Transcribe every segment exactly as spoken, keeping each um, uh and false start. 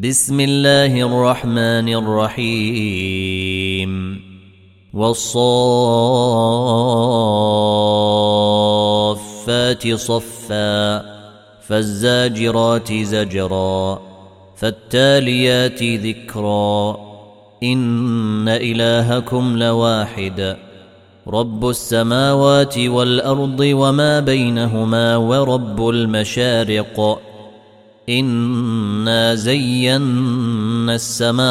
بسم الله الرحمن الرحيم والصافات صفا فالزاجرات زجرا فالتاليات ذكرا إن إلهكم لواحد رب السماوات والأرض وما بينهما ورب المشارق إنا زينا السماء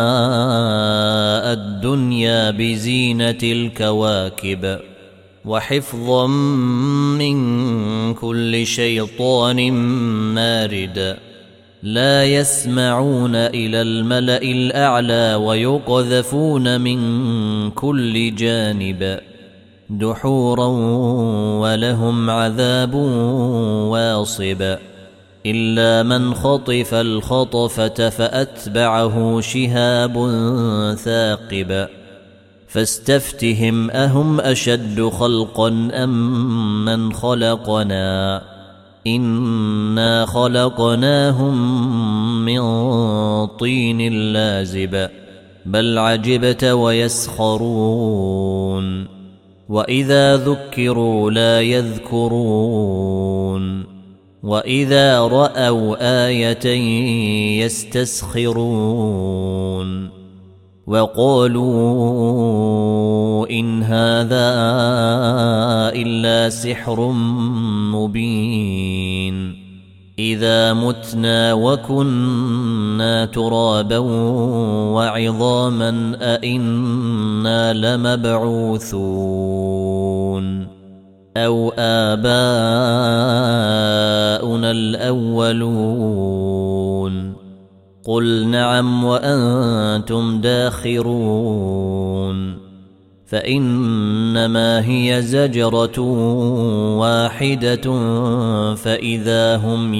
الدنيا بزينة الكواكب وحفظا من كل شيطان مارد لا يسمعون إلى الملأ الأعلى ويقذفون من كل جانب دحورا ولهم عذاب واصب إلا من خطف الخطفة فأتبعه شهاب ثاقب فاستفتهم أهم أشد خلقا أم من خلقنا إنا خلقناهم من طين لازب بل عجبت ويسخرون وإذا ذكروا لا يذكرون وإذا رأوا آية يستسخرون وقالوا إن هذا إلا سحر مبين إذا متنا وكنا ترابا وعظاما أئنا لمبعوثون أو آباؤنا الأولون قل نعم وأنتم داخرون فإنما هي زجرة واحدة فإذا هم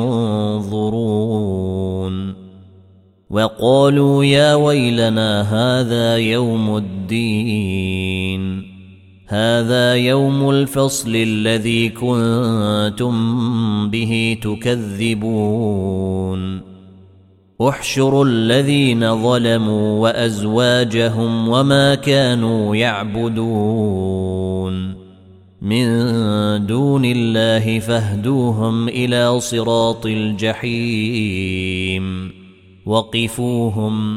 ينظرون وقالوا يا ويلنا هذا يوم الدين هذا يوم الفصل الذي كنتم به تكذبون احشروا الذين ظلموا وأزواجهم وما كانوا يعبدون من دون الله فاهدوهم إلى صراط الجحيم وقفوهم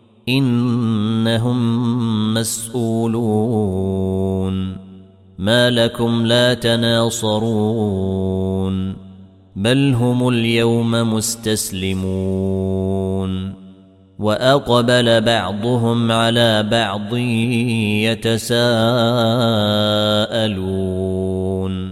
إنهم مسؤولون ما لكم لا تناصرون بل هم اليوم مستسلمون وأقبل بعضهم على بعض يتساءلون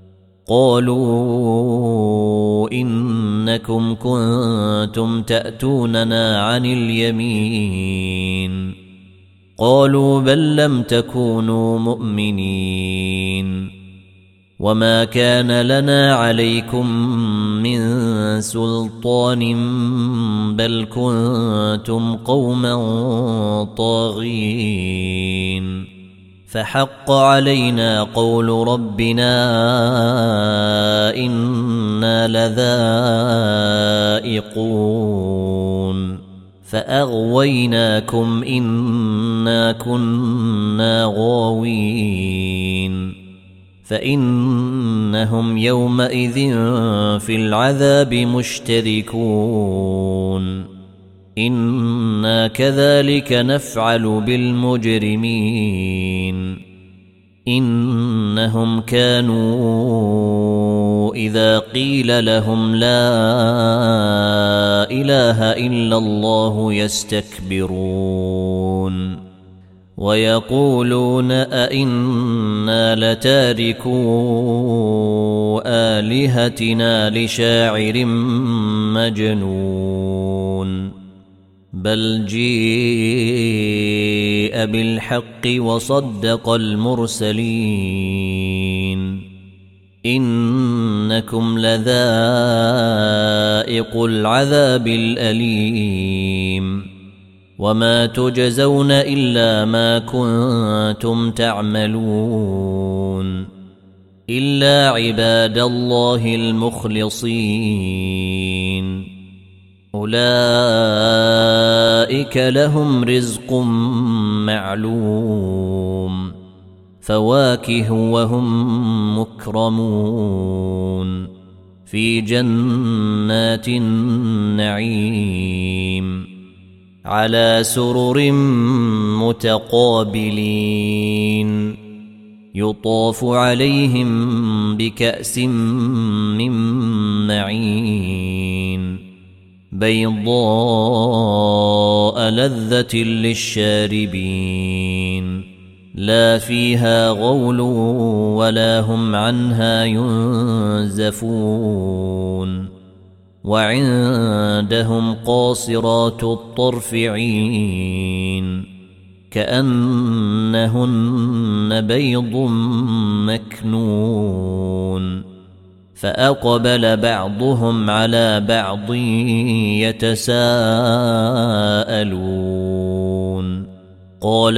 قالوا إنكم كنتم تأتوننا عن اليمين قالوا بل لم تكونوا مؤمنين وما كان لنا عليكم من سلطان بل كنتم قوما طاغين فحق علينا قول ربنا إنا لذائقون فأغويناكم إنا كنا غاوين فإنهم يومئذ في العذاب مشتركون إنا كذلك نفعل بالمجرمين إنهم كانوا إذا قيل لهم لا إله إلا الله يستكبرون ويقولون أئنا لتاركو آلهتنا لشاعر مجنون بل جيء بالحق وصدق المرسلين إنكم لذائق العذاب الأليم وما تجزون إلا ما كنتم تعملون إلا عباد الله المخلصين أولئك لهم رزق معلوم فواكه وهم مكرمون في جنات النعيم على سرر متقابلين يطاف عليهم بكأس من معين بيضاء لذة للشاربين لا فيها غول ولا هم عنها ينزفون وعندهم قاصرات الطرف عين كأنهن بيض مكنون فأقبل بعضهم على بعض يتساءلون قال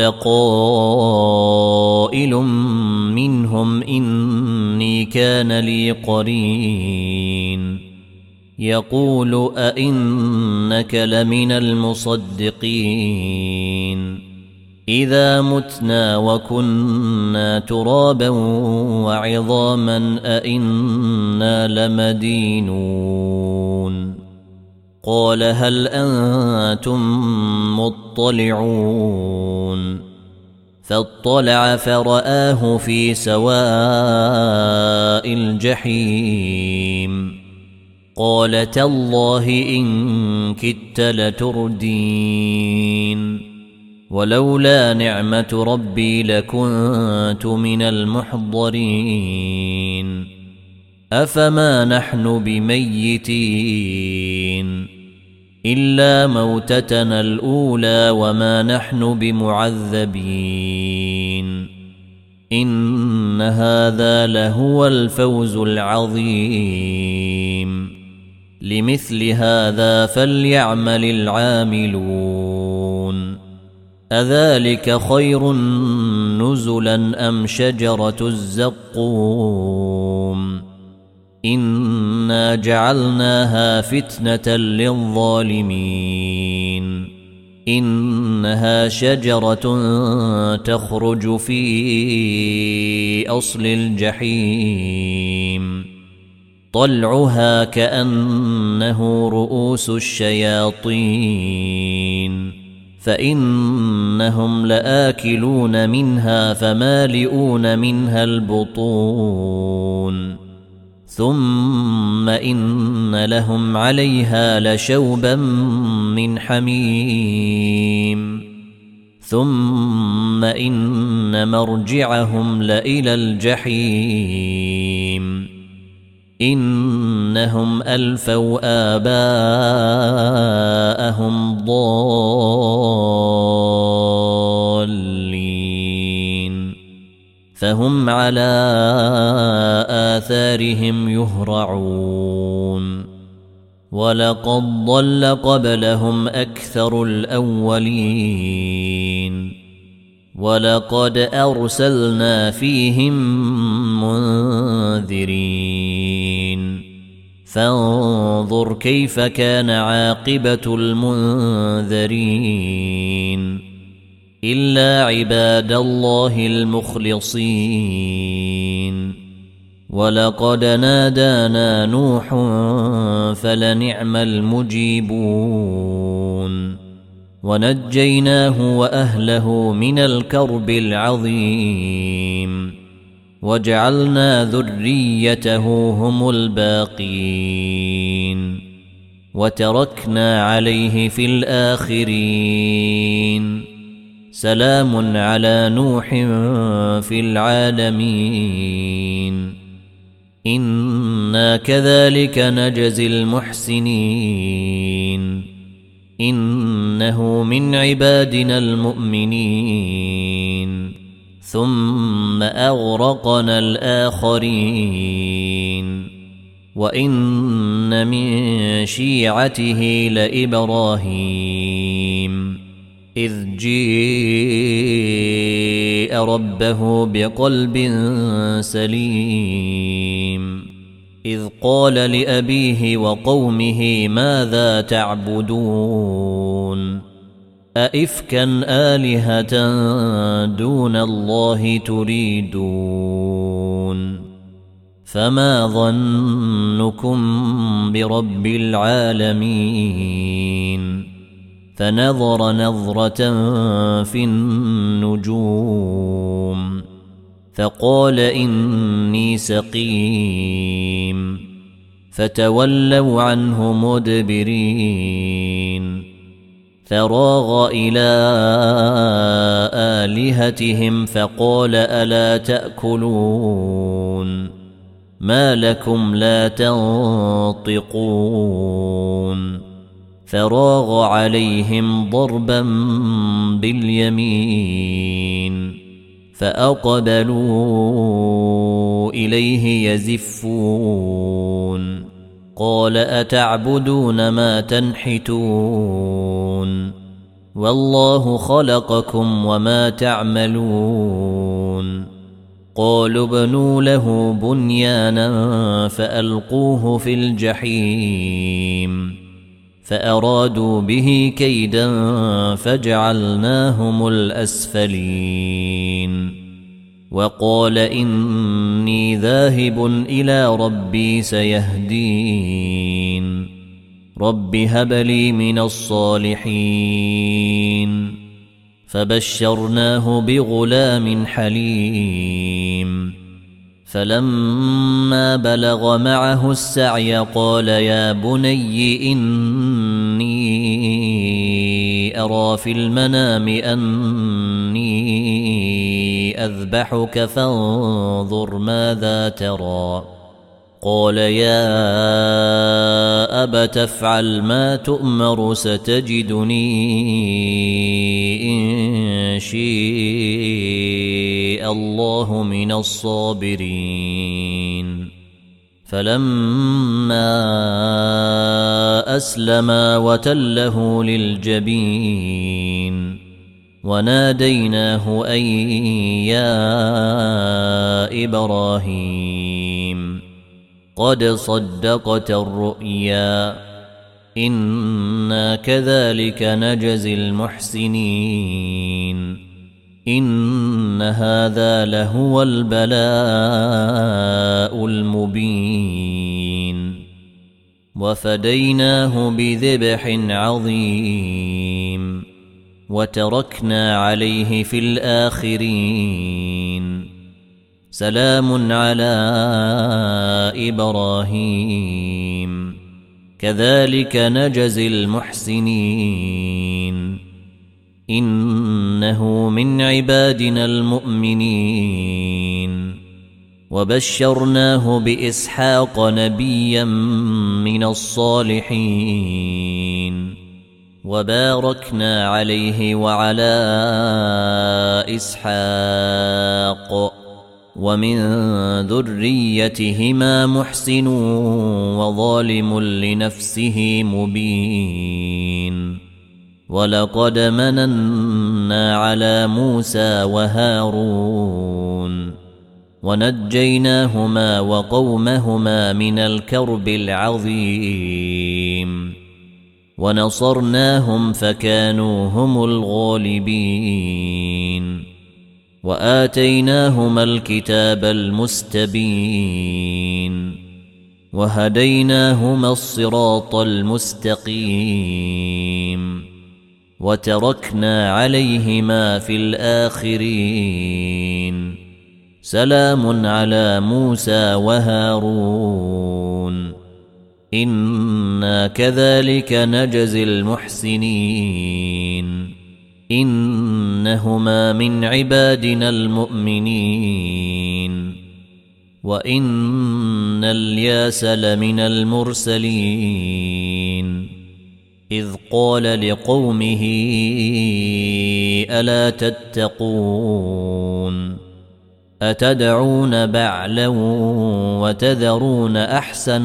قائل منهم إني كان لي قرين يقول أئنك لمن المصدقين إذا متنا وكنا ترابا وعظاما أئنا لمدينون قال هل أنتم مطلعون فاطلع فرآه في سواء الجحيم قال تالله إن كدت لتردين ولولا نعمة ربي لكنت من المحضرين أفما نحن بميتين إلا موتتنا الأولى وما نحن بمعذبين إن هذا لهو الفوز العظيم لمثل هذا فليعمل العاملون أذلك خير نزلا أم شجرة الزقوم إنا جعلناها فتنة للظالمين إنها شجرة تخرج في أصل الجحيم طلعها كأنه رؤوس الشياطين فإنهم لآكلون منها فمالئون منها البطون ثم إن لهم عليها لشوبا من حميم ثم إن مرجعهم لإلى الجحيم إنهم ألفوا آباءهم ضالين فهم على آثارهم يهرعون ولقد ضل قبلهم أكثر الأولين ولقد أرسلنا فيهم منذرين فانظر كيف كان عاقبة المنذرين إلا عباد الله المخلصين ولقد نادانا نوح فلنعم المجيبون ونجيناه وأهله من الكرب العظيم وجعلنا ذريته هم الباقين وتركنا عليه في الآخرين سلام على نوح في العالمين إنا كذلك نجزي المحسنين إنه من عبادنا المؤمنين ثم أغرقنا الآخرين وإن من شيعته لإبراهيم إذ جيء ربه بقلب سليم إذ قال لأبيه وقومه ماذا تعبدون أئفكا آلهة دون الله تريدون فما ظنكم برب العالمين فنظر نظرة في النجوم فقال إني سقيم فتولوا عنه مدبرين فراغ إلى آلهتهم فقال ألا تأكلون ما لكم لا تنطقون فراغ عليهم ضربا باليمين فأقبلوا إليه يزفون قال أتعبدون ما تنحتون والله خلقكم وما تعملون قالوا ابنوا له بنيانا فألقوه في الجحيم فأرادوا به كيدا فجعلناهم الأسفلين وقال إني ذاهب إلى ربي سيهدين رب هب لي من الصالحين فبشرناه بغلام حليم فلما بلغ معه السعي قال يا بني إني أرى في المنام أني أذبحك فانظر ماذا ترى قال يا أبت افعل ما تؤمر ستجدني إن شاء الله من الصابرين فلما أسلما وتله للجبين وناديناه أن يا إبراهيم قد صدقت الرؤيا إنا كذلك نجزي المحسنين إن هذا لهو البلاء المبين وفديناه بذبح عظيم وتركنا عليه في الآخرين سلام على إبراهيم كذلك نجزي المحسنين إنه من عبادنا المؤمنين وبشرناه بإسحاق نبيا من الصالحين وباركنا عليه وعلى إسحاق ومن ذريتهما محسن وظالم لنفسه مبين ولقد مننا على موسى وهارون ونجيناهما وقومهما من الكرب العظيم ونصرناهم فكانوا هم الغالبين وآتيناهما الكتاب المستبين وهديناهما الصراط المستقيم وتركنا عليهما في الآخرين سلام على موسى وهارون إنا كذلك نجزي المحسنين إنهما من عبادنا المؤمنين وإن الياس لمن المرسلين إذ قال لقومه ألا تتقون أتدعون بعلا وتذرون أحسن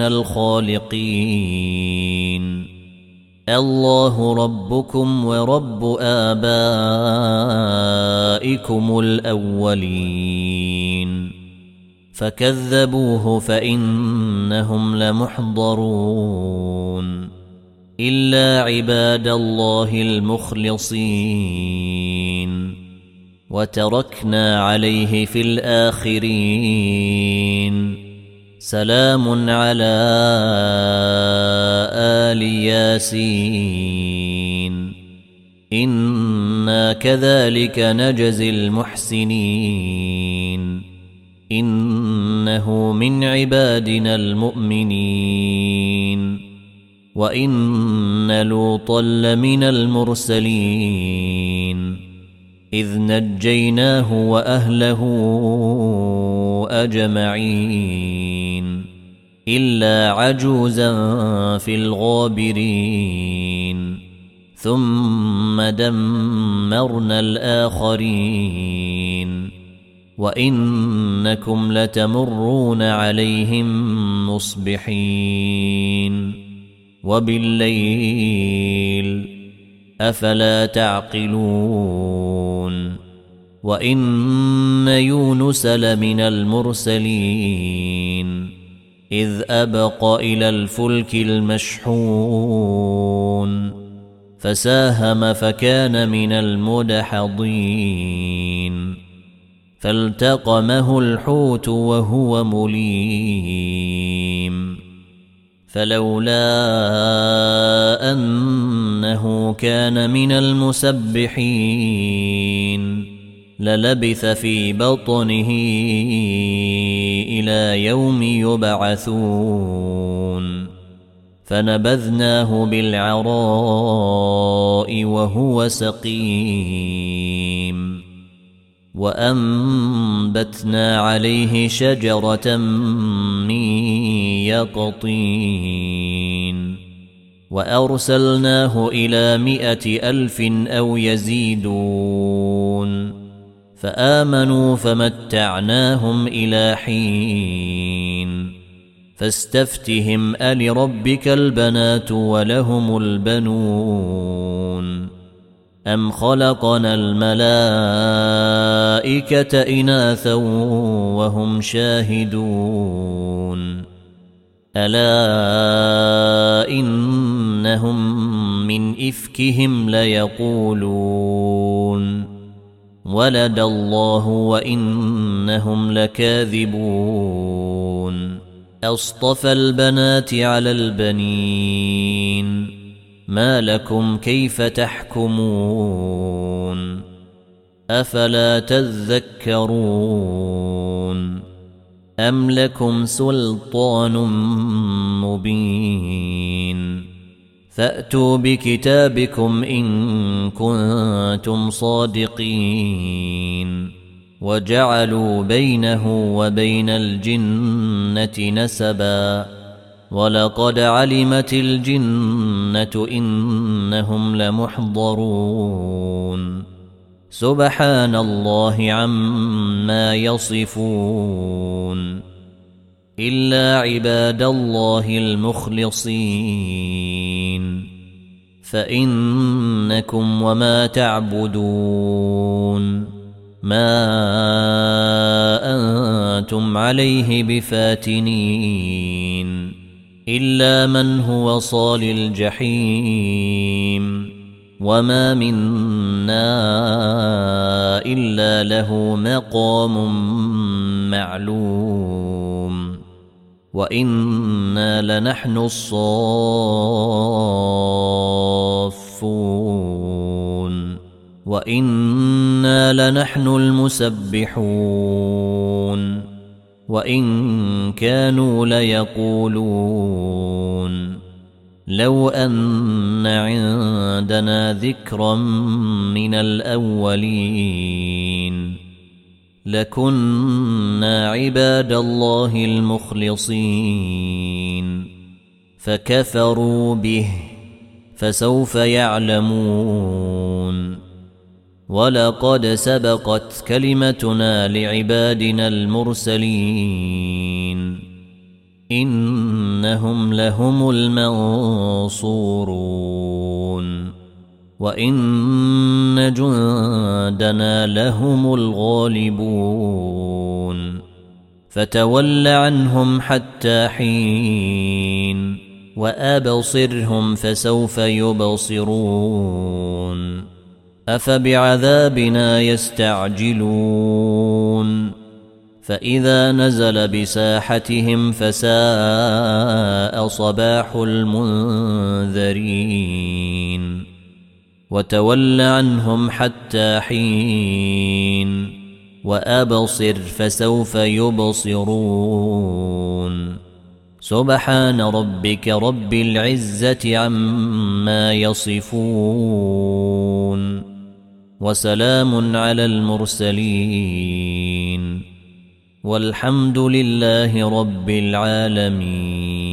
الخالقين الله ربكم ورب آبائكم الأولين فكذبوه فإنهم لمحضرون إلا عباد الله المخلصين وتركنا عليه في الآخرين سلام على آل ياسين إنا كذلك نجزي المحسنين إنه من عبادنا المؤمنين وإن لوطا لمن المرسلين إذ نجيناه وأهله أجمعين إلا عجوزا في الغابرين ثم دمرنا الآخرين وإنكم لتمرون عليهم مصبحين وبالليل أفلا تعقلون وإن يونس لمن المرسلين إذ أبق إلى الفلك المشحون فساهم فكان من المدحضين فالتقمه الحوت وهو مليم فلولا أنه كان من المسبحين للبث في بطنه إلى يوم يبعثون فنبذناه بالعراء وهو سقيم وأنبتنا عليه شجرة من يقطين وأرسلناه إلى مائة ألف أو يزيدون فآمنوا فمتعناهم إلى حين فاستفتهم ألربك البنات ولهم البنون أم خلقنا الملائكة إناثا وهم شاهدون ألا إنهم من إفكهم ليقولون ولد الله وإنهم لكاذبون أصطفى البنات على البنين ما لكم كيف تحكمون أفلا تذكرون أم لكم سلطان مبين فأتوا بكتابكم إن كنتم صادقين وجعلوا بينه وبين الجنة نسبا ولقد علمت الجنة إنهم لمحضرون سبحان الله عما يصفون إلا عباد الله المخلصين فإنكم وما تعبدون ما أنتم عليه بفاتنين إلا من هو صال الجحيم وما منا إلا له مقام معلوم وإنا لنحن الصافون وإنا لنحن المسبحون وإن كانوا ليقولون لو أن عندنا ذكرا من الأولين لكنا عباد الله المخلصين فكفروا به فسوف يعلمون ولقد سبقت كلمتنا لعبادنا المرسلين إنهم لهم المنصورون وإن جندنا لهم الغالبون فتول عنهم حتى حين وأبصرهم فسوف يبصرون أفبعذابنا يستعجلون فإذا نزل بساحتهم فساء صباح المنذرين وتول عنهم حتى حين وأبصر فسوف يبصرون سبحان ربك رب العزة عما يصفون وسلام على المرسلين والحمد لله رب العالمين.